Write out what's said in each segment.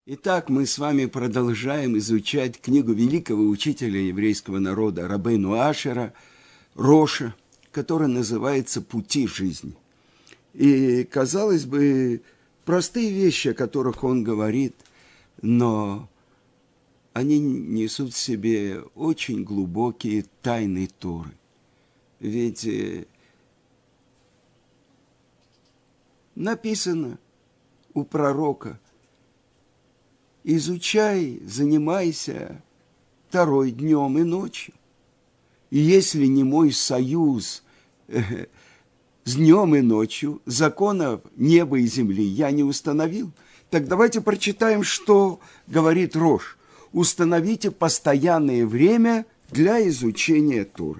Итак, мы с вами продолжаем изучать книгу великого учителя еврейского народа Рабейну Ашера Роша, которая называется «Пути жизни». И, казалось бы, простые вещи, о которых он говорит, но они несут в себе очень глубокие тайны Торы. Ведь написано у пророка: изучай, занимайся Торой днем и ночью. И если не мой союз с днем и ночью, законов неба и земли я не установил, так давайте прочитаем, что говорит Рош. Установите постоянное время для изучения Торы.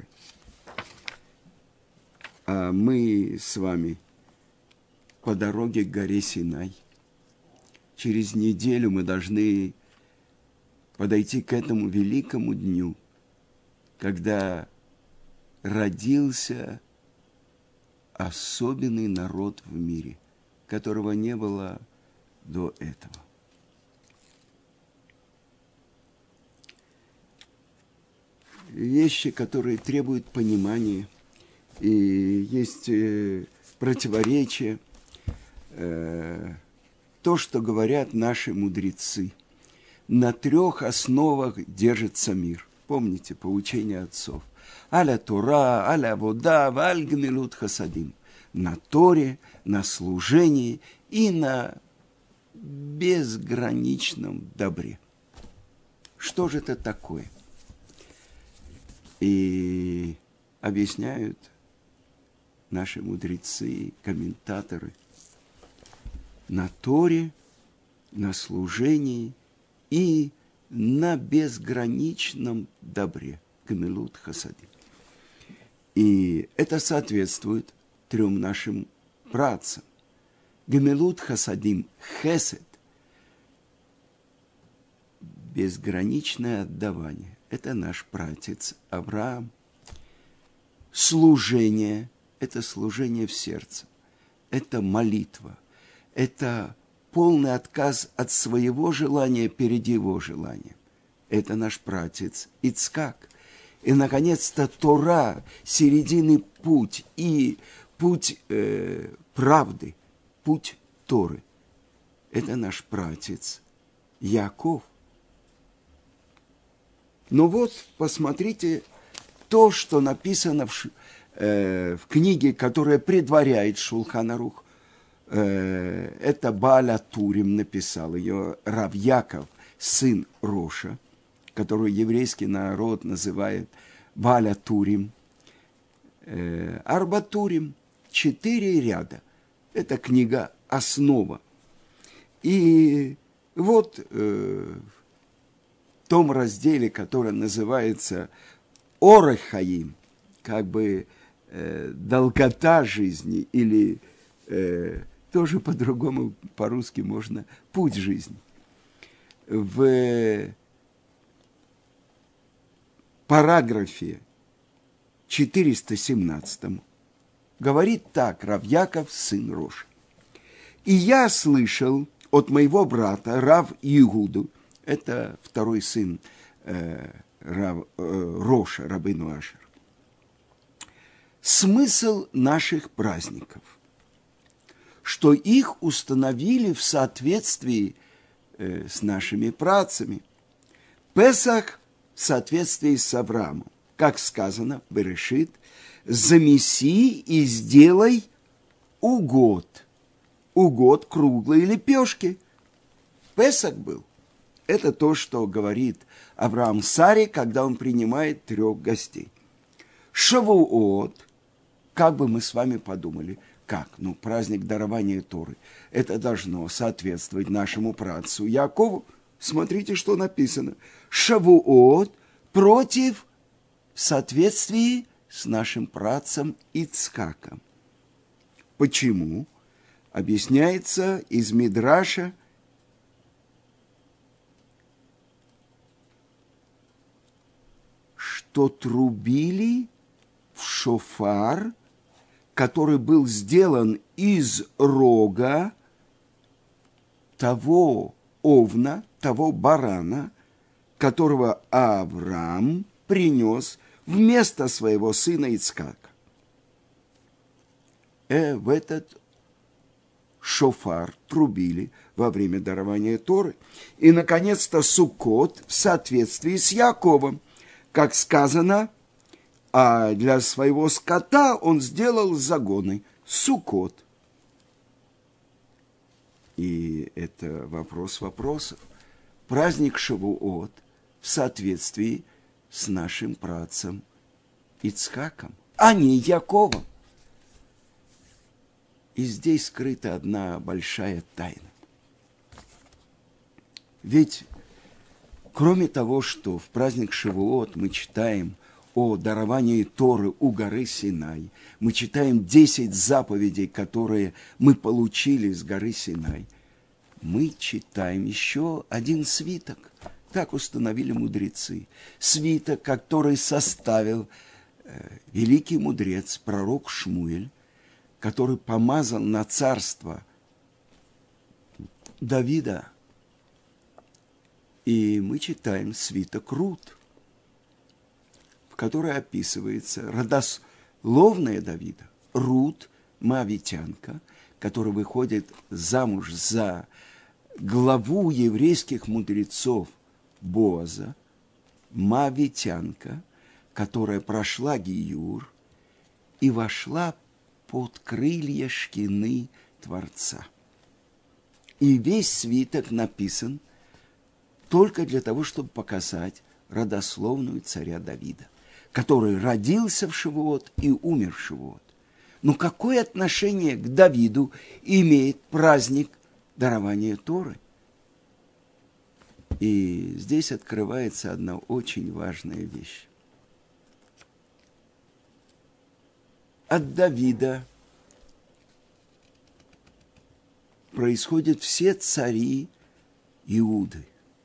А мы с вами по дороге к горе Синай. Через неделю мы должны подойти к этому великому дню, когда родился особенный народ в мире, которого не было до этого. Вещи, которые требуют понимания, и есть противоречия. То, что говорят наши мудрецы. На 3 основах держится мир. Помните поучение отцов. Аля Тора, аля вода, аль гмилут хасадим. На Торе, на служении и на безграничном добре. Что же это такое? И объясняют наши мудрецы, комментаторы. На Торе, на служении и на безграничном добре. Гмилут хасадим. И это соответствует 3 нашим працам. Гмилут хасадим, хесед, безграничное отдавание. Это наш пратец Авраам. Служение – это служение в сердце. Это молитва. Это полный отказ от своего желания перед его желанием. Это наш пратец Ицхак. И, наконец-то, Тора, серединный путь и путь правды, путь Торы. Это наш пратец Яков. Но вот, посмотрите, то, что написано в книге, которая предваряет Шулхан Арух. Это Бааль ха-Турим написал ее Рав Яков, сын Роша, которую еврейский народ называет Бааль ха-Турим. Арба Турим, 4 ряда. Это книга «Основа». И вот в том разделе, который называется Орех хаим, как бы долгота жизни или тоже по-другому, по-русски можно, путь жизни. В параграфе 417 говорит так Рав Яков, сын Роша. «И я слышал от моего брата Рав Иуду», это 2-й сын Роша, Рабейну Ашер, «смысл наших праздников, что их установили в соответствии с нашими працами. Песах в соответствии с Авраамом. Как сказано, Берешит, замеси и сделай угод. Угод круглой лепешки. Песах был. Это то, что говорит Авраам Саре, когда он принимает 3 гостей. Шавуот, как бы мы с вами подумали, как? Праздник дарования Торы. Это должно соответствовать нашему працу Якову. Смотрите, что написано. Шавуот против в соответствии с нашим працем Ицхаком. Почему? Объясняется из Мидраша, что трубили в шофар, который был сделан из рога того овна, того барана, которого Авраам принес вместо своего сына Ицхака. В этот шофар трубили во время дарования Торы. И, наконец-то, Суккот в соответствии с Яковом. Как сказано, а для своего скота он сделал загоны. Суккот. И это вопрос вопросов. Праздник Шавуот в соответствии с нашим працем Ицхаком, а не Яковом. И здесь скрыта одна большая тайна. Ведь, кроме того, что в праздник Шавуот мы читаем о даровании Торы у горы Синай, мы читаем 10 заповедей, которые мы получили с горы Синай, мы читаем еще один свиток. Так установили мудрецы. Свиток, который составил великий мудрец, пророк Шмуэль, который помазал на царство Давида. И мы читаем свиток Рут, в которой описывается родословная Давида. Рут, моавитянка, которая выходит замуж за главу еврейских мудрецов Боаза, моавитянка, которая прошла гиюр и вошла под крылья шкины Творца. И весь свиток написан только для того, чтобы показать родословную царя Давида, который родился в Шавуот и умер в Шавуот. Но какое отношение к Давиду имеет праздник дарования Торы? И здесь открывается одна очень важная вещь. От Давида происходят все цари Иуды.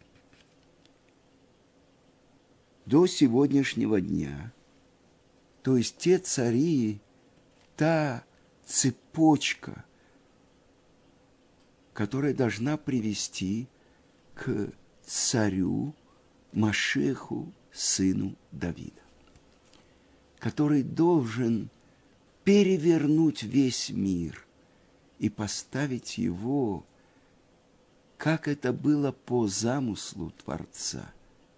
До сегодняшнего дня, то есть те цари, та цепочка, которая должна привести к царю Машеху, сыну Давида, который должен перевернуть весь мир и поставить его, как это было по замыслу Творца.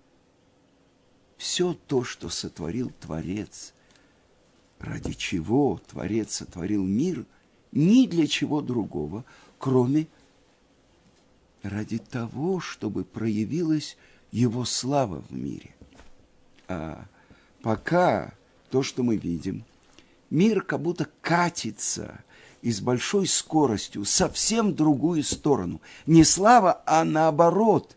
Все то, что сотворил Творец, ради чего Творец сотворил мир, ни для чего другого, кроме ради того, чтобы проявилась его слава в мире. А пока то, что мы видим, мир как будто катится и с большой скоростью совсем в другую сторону. Не слава, а наоборот.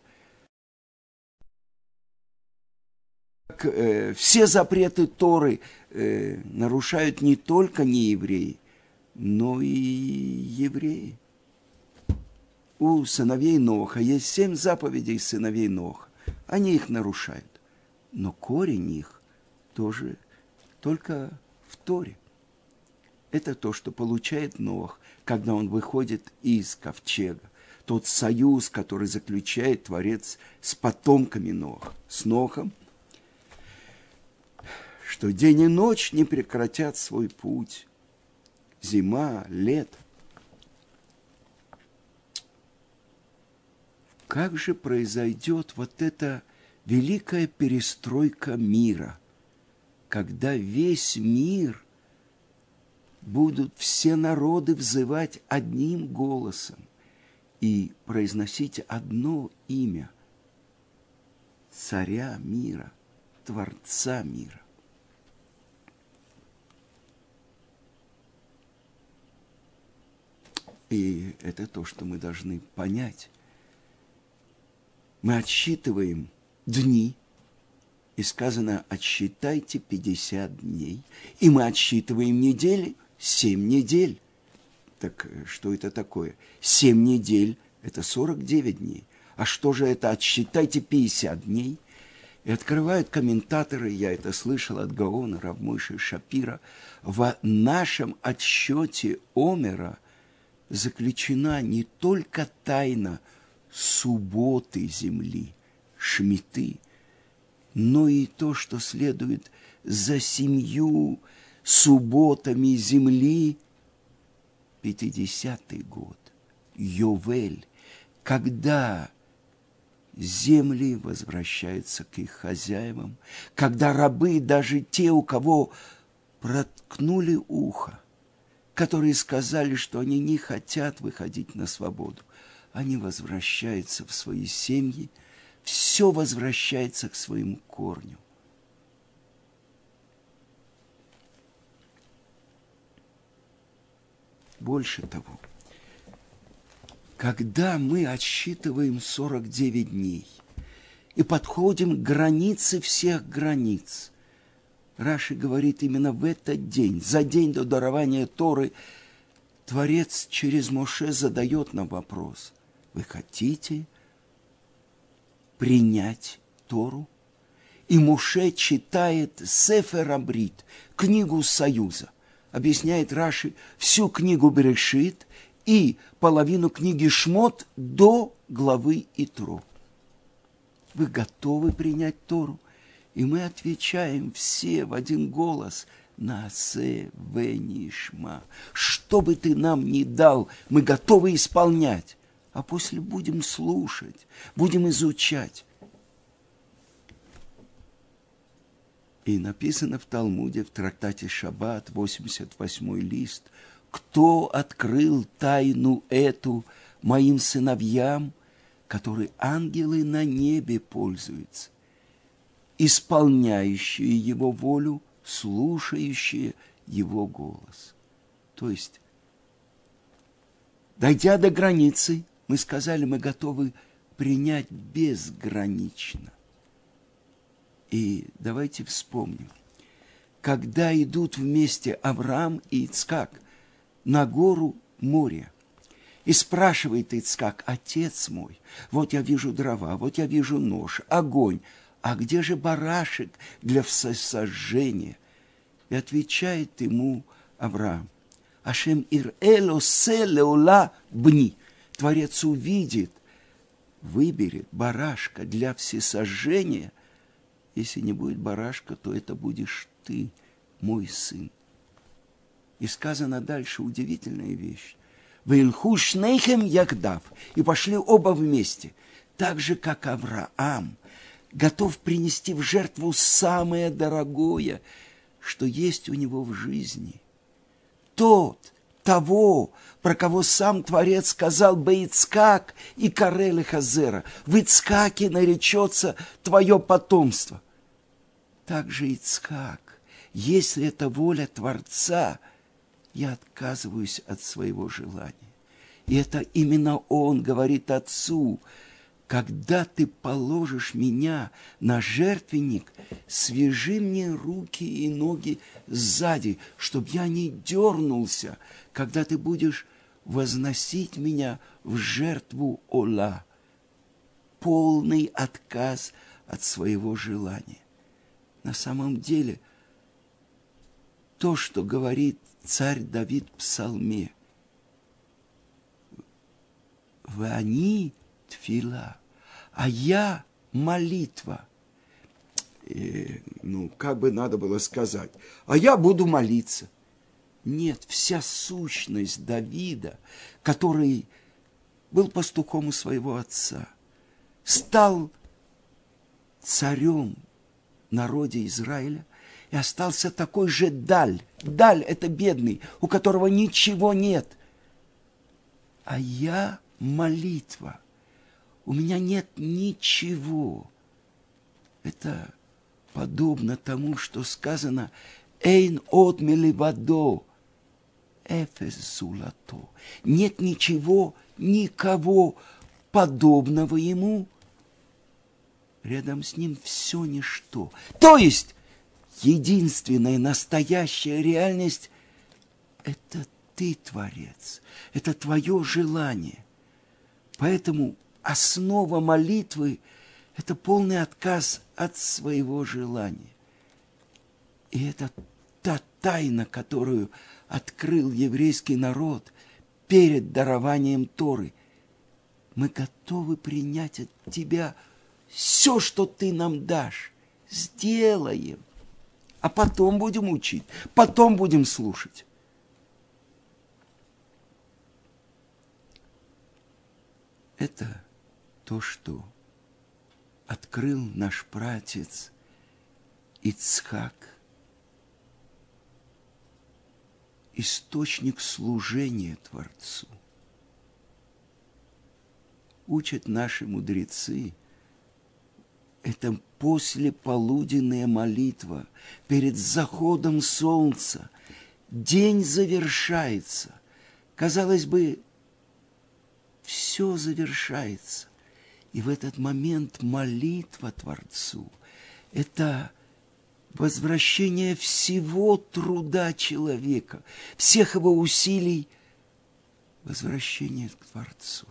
Все запреты Торы нарушают не только неевреи, но и евреи. У сыновей Ноха есть 7 заповедей сыновей Ноха. Они их нарушают. Но корень их тоже только в Торе. Это то, что получает Нох, когда он выходит из ковчега. Тот союз, который заключает Творец с потомками Ноха, с Нохом, что день и ночь не прекратят свой путь. Зима, лето. Как же произойдет вот эта великая перестройка мира, когда весь мир будут все народы взывать одним голосом и произносить одно имя царя мира, Творца мира. И это то, что мы должны понять. Мы отсчитываем дни, и сказано, отсчитайте 50 дней. И мы отсчитываем недели, 7 недель. Так что это такое? 7 недель – это 49 дней. А что же это? Отсчитайте 50 дней. И открывают комментаторы, я это слышал от Гаона, Рав Мойши Шапира, в нашем отсчете Омера заключена не только тайна субботы земли, шмиты, но и то, что следует за 7 субботами земли, 50-й год, Йовель, когда земли возвращаются к их хозяевам, когда рабы, даже те, у кого проткнули ухо, которые сказали, что они не хотят выходить на свободу, они возвращаются в свои семьи, все возвращается к своему корню. Больше того, когда мы отсчитываем 49 дней и подходим к границе всех границ, Раши говорит, именно в этот день, за день до дарования Торы, Творец через Моше задает нам вопрос: вы хотите принять Тору? И Моше читает Сефер Абрит, книгу Союза. Объясняет Раши всю книгу Берешит и половину книги Шмот до главы Итро. Вы готовы принять Тору? И мы отвечаем все в один голос: Наасе венишма. Что бы ты нам ни дал, мы готовы исполнять. А после будем слушать, будем изучать. И написано в Талмуде, в трактате Шаббат, 88-й лист: кто открыл тайну эту моим сыновьям, которой ангелы на небе пользуются, исполняющие его волю, слушающие его голос. То есть, дойдя до границы, мы сказали, мы готовы принять безгранично. И давайте вспомним, когда идут вместе Авраам и Ицхак на гору Мория, и спрашивает Ицхак: отец мой, вот я вижу дрова, вот я вижу нож, огонь, а где же барашек для всесожжения? И отвечает ему Авраам: Ашем ир-эло се-леола бни. Творец увидит, выберет барашка для всесожжения. Если не будет барашка, то это будешь ты, мой сын. И сказано дальше удивительная вещь: «Вейлху шнейхем ягдав», и пошли оба вместе, так же, как Авраам готов принести в жертву самое дорогое, что есть у него в жизни. Того, про кого сам Творец сказал: «Беицкак и карель хазера», в Ицкаке наречется твое потомство. Так же Ицхак, если это воля Творца, я отказываюсь от своего желания. И это именно он говорит отцу: когда ты положишь меня на жертвенник, свяжи мне руки и ноги сзади, чтобы я не дернулся, когда ты будешь возносить меня в жертву Ола. Полный отказ от своего желания. На самом деле, то, что говорит царь Давид в псалме: «Вани тфила», а я молитва. Как бы надо было сказать: а я буду молиться. Нет, вся сущность Давида, который был пастухом у своего отца, стал царем в народе Израиля и остался такой же Даль. Даль – это бедный, у которого ничего нет. А я молитва. У меня нет ничего. Это подобно тому, что сказано: «Эйн от меливадо, эфес зулато». Нет ничего, никого подобного ему. Рядом с ним все ничто. То есть, единственная настоящая реальность – это ты, Творец. Это твое желание. Поэтому основа молитвы – это полный отказ от своего желания. И это та тайна, которую открыл еврейский народ перед дарованием Торы. Мы готовы принять от Тебя все, что Ты нам дашь. Сделаем. А потом будем учить, потом будем слушать. Это то, что открыл наш праотец Ицхак, источник служения Творцу. Учат наши мудрецы, это послеполуденная молитва перед заходом солнца. День завершается. Казалось бы, все завершается. И в этот момент молитва Творцу – это возвращение всего труда человека, всех его усилий, возвращение к Творцу.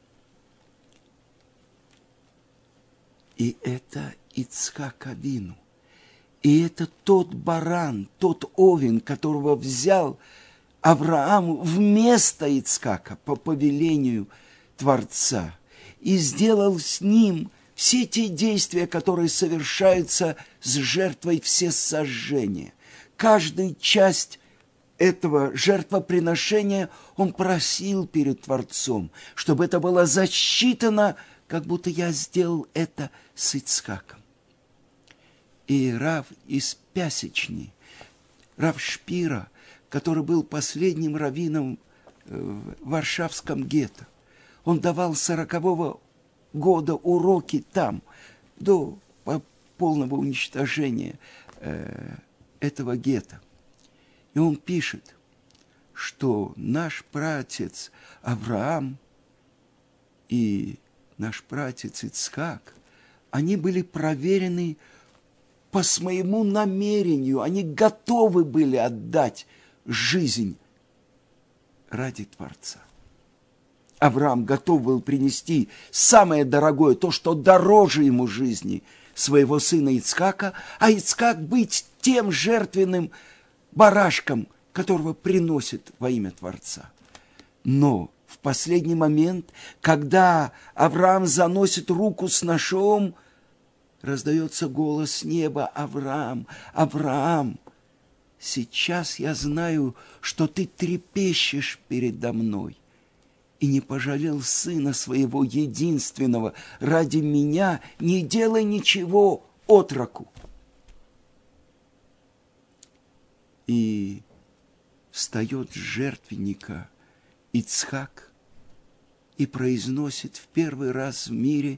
И это Ицхак Авину. И это тот баран, тот овен, которого взял Авраам вместо Ицхака по повелению Творца. И сделал с ним все те действия, которые совершаются с жертвой всесожжения. Каждую часть этого жертвоприношения он просил перед Творцом, чтобы это было засчитано, как будто я сделал это с Ицхаком. И Рав из Пясечни, Рав Шпира, который был последним раввином в Варшавском гетто, он давал 40-го года уроки там, до полного уничтожения этого гетто. И он пишет, что наш праотец Авраам и наш праотец Ицхак, они были проверены по своему намерению, они готовы были отдать жизнь ради Творца. Авраам готов был принести самое дорогое, то, что дороже ему жизни, своего сына Ицхака, а Ицхак быть тем жертвенным барашком, которого приносит во имя Творца. Но в последний момент, когда Авраам заносит руку с ножом, раздается голос с неба: «Авраам, Авраам, сейчас я знаю, что ты трепещешь передо мной и не пожалел сына своего единственного. Ради меня не делай ничего отроку». И встает с жертвенника Ицхак и произносит в первый раз в мире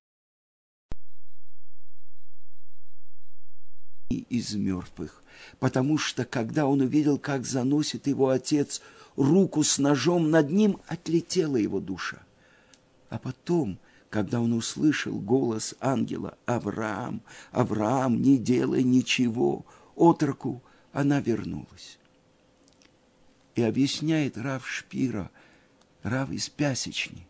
из мертвых. Потому что, когда он увидел, как заносит его отец руку с ножом, над ним отлетела его душа. А потом, когда он услышал голос ангела: «Авраам, Авраам, не делай ничего отроку», она вернулась. И объясняет Рав Шпира, Рав из Пясечни: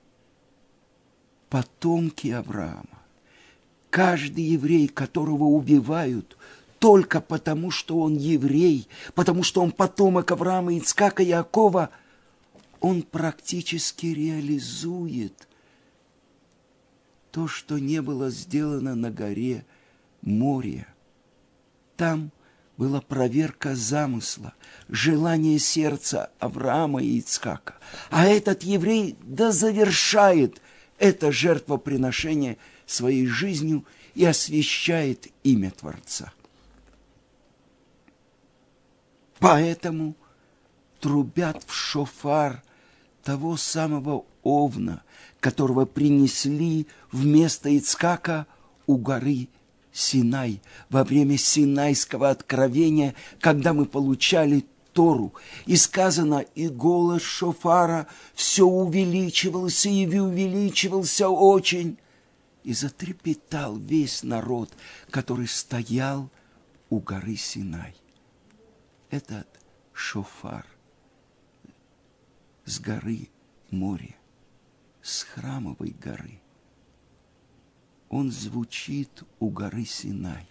потомки Авраама, каждый еврей, которого убивают только потому, что он еврей, потому что он потомок Авраама, Ицхака, Иакова, он практически реализует то, что не было сделано на горе Мория. Там была проверка замысла, желания сердца Авраама и Ицхака. А этот еврей завершает это жертвоприношение своей жизнью и освящает имя Творца. Поэтому трубят в шофар того самого овна, которого принесли вместо Ицхака у горы Синай, во время Синайского откровения, когда мы получали Тору. И сказано, и голос шофара все увеличивался и увеличивался очень. И затрепетал весь народ, который стоял у горы Синай. Этот шофар с горы Мория, с храмовой горы, он звучит у горы Синай.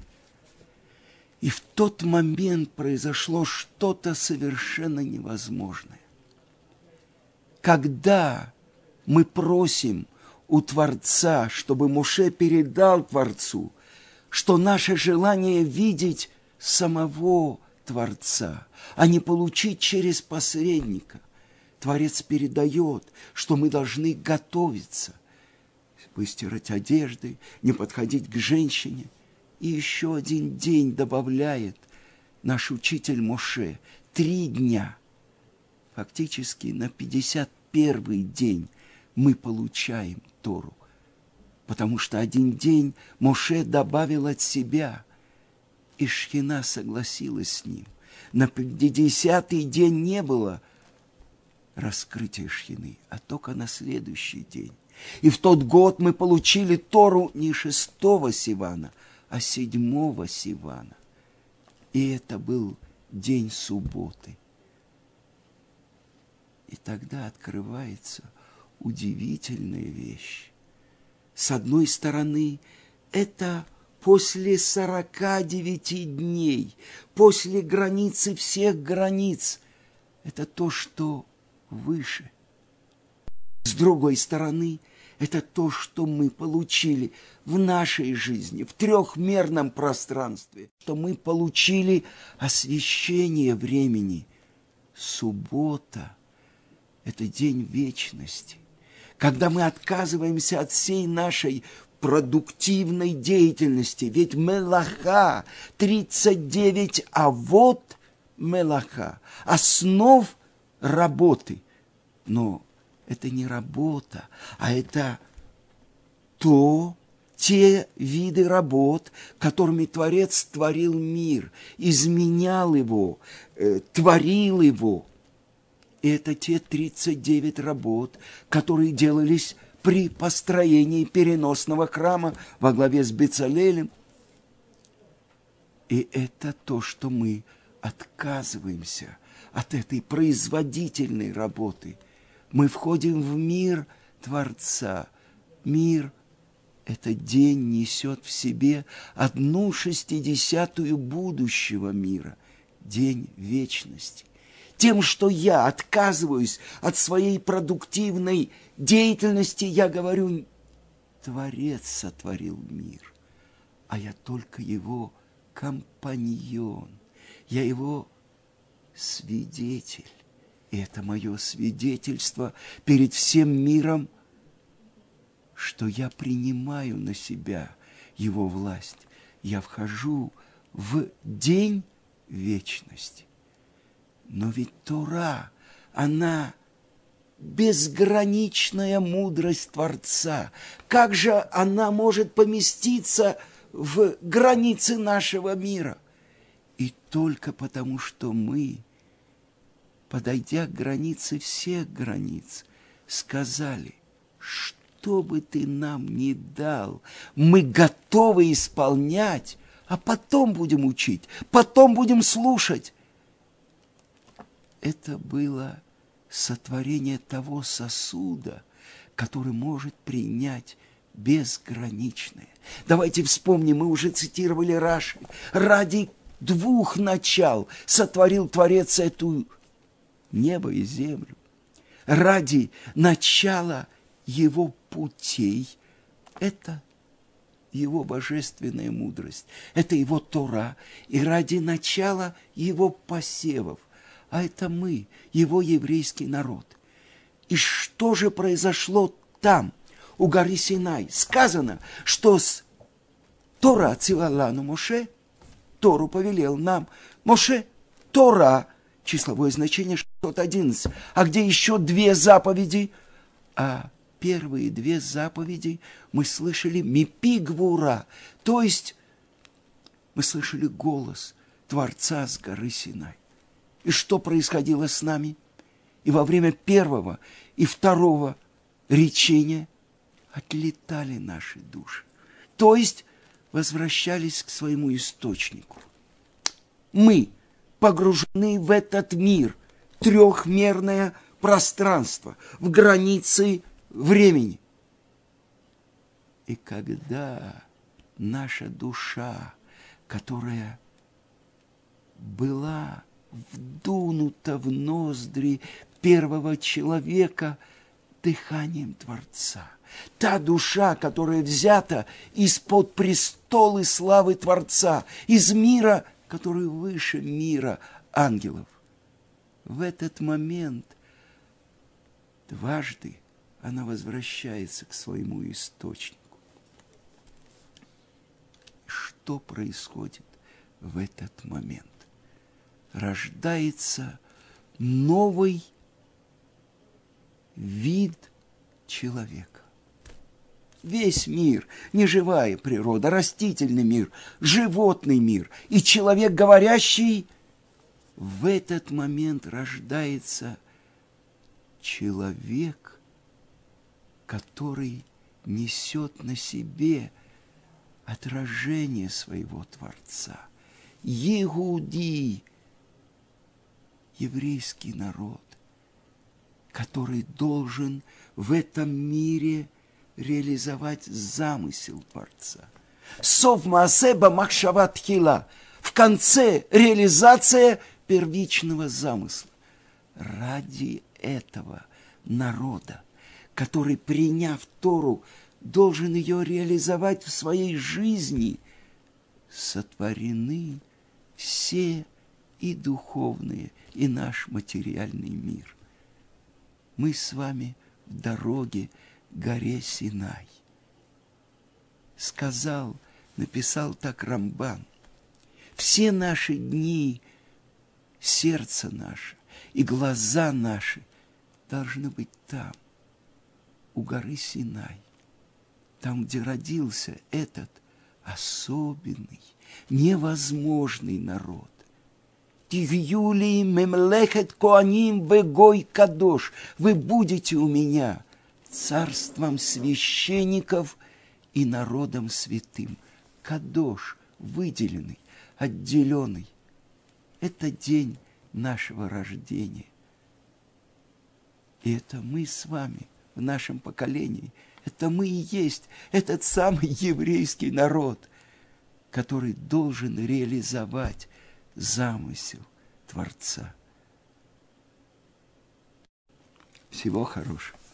И в тот момент произошло что-то совершенно невозможное. Когда Мы просим у Творца, чтобы Моше передал Творцу, что наше желание видеть самого Творца, а не получить через посредника. Творец передает, что мы должны готовиться, выстирать одежды, не подходить к женщине. И еще один день добавляет наш учитель Моше. 3 дня. Фактически на 51-й день мы получаем Тору. Потому что один день Моше добавил от себя, и Шхина согласилась с ним. На 50-й день не было раскрытия Шхины, а только на следующий день. И в тот год мы получили Тору не 6-го Сивана, а 7-го Сивана. И это был день субботы. И тогда открывается удивительная вещь. С одной стороны, это после 49 дней, после границы всех границ, это то, что выше. С другой стороны, это то, что мы получили в нашей жизни, в трехмерном пространстве, что мы получили освящение времени. Суббота – это день вечности, когда мы отказываемся от всей нашей продуктивной деятельности. Ведь мелаха, 39 авот мелаха, основ работы. Но это не работа, а это те виды работ, которыми Творец творил мир, изменял его, творил его. И это те 39 работ, которые делались при построении переносного храма во главе с Бецалелем. И это то, что мы отказываемся от этой производительной работы. Мы входим в мир Творца. Мир – этот день несет в себе 1/60 будущего мира, день вечности. Тем, что я отказываюсь от своей продуктивной деятельности, я говорю, Творец сотворил мир, а я только его компаньон, я его свидетель. И это мое свидетельство перед всем миром, что я принимаю на себя его власть. Я вхожу в день вечности. Но ведь Тора, она безграничная мудрость Творца. Как же она может поместиться в границы нашего мира? И только потому, что мы, подойдя к границе всех границ, сказали, что бы ты нам ни дал, мы готовы исполнять, а потом будем учить, потом будем слушать. Это было сотворение того сосуда, который может принять безграничное. Давайте вспомним, мы уже цитировали Раши. Ради 2 начал сотворил Творец эту небо и землю. Ради начала его путей, это его божественная мудрость, это его Тора, и ради начала его посевов, а это мы, его еврейский народ. И что же произошло там, у горы Синай? Сказано, что с Тора цивалану Моше, Тору повелел нам Моше, Тора, числовое значение 611, а где еще 2 заповеди? А первые 2 заповеди мы слышали мипи гвура, то есть мы слышали голос Творца с горы Синай. И что происходило с нами? И во время 1-го и 2-го речения отлетали наши души. То есть возвращались к своему источнику. Мы погружены в этот мир, трехмерное пространство, в границы времени. И когда наша душа, которая была вдунута в ноздри первого человека, дыханием Творца. Та душа, которая взята из-под престола славы Творца, из мира, который выше мира ангелов. В этот момент дважды она возвращается к своему источнику. Что происходит в этот момент? Рождается новый вид человека. Весь мир, неживая природа, растительный мир, животный мир и человек говорящий, в этот момент рождается человек, который несет на себе отражение своего Творца. Иуди, еврейский народ, который должен в этом мире реализовать замысел Творца. Сов маасеба махшава тхила. В конце реализация первичного замысла. Ради этого народа, который, приняв Тору, должен ее реализовать в своей жизни, сотворены все и духовные, и наш материальный мир. Мы с вами в дороге к горе Синай. Написал так Рамбан: все наши дни, сердце наше и глаза наши должны быть там, у горы Синай, там, где родился этот особенный, невозможный народ. Тивьюли мемлехет коаним вегой кадош. Вы будете у меня царством священников и народом святым. Кадош, выделенный, отделенный. Это день нашего рождения. И это мы с вами в нашем поколении. Это мы и есть этот самый еврейский народ, который должен реализовать замысел Творца. Всего хорошего.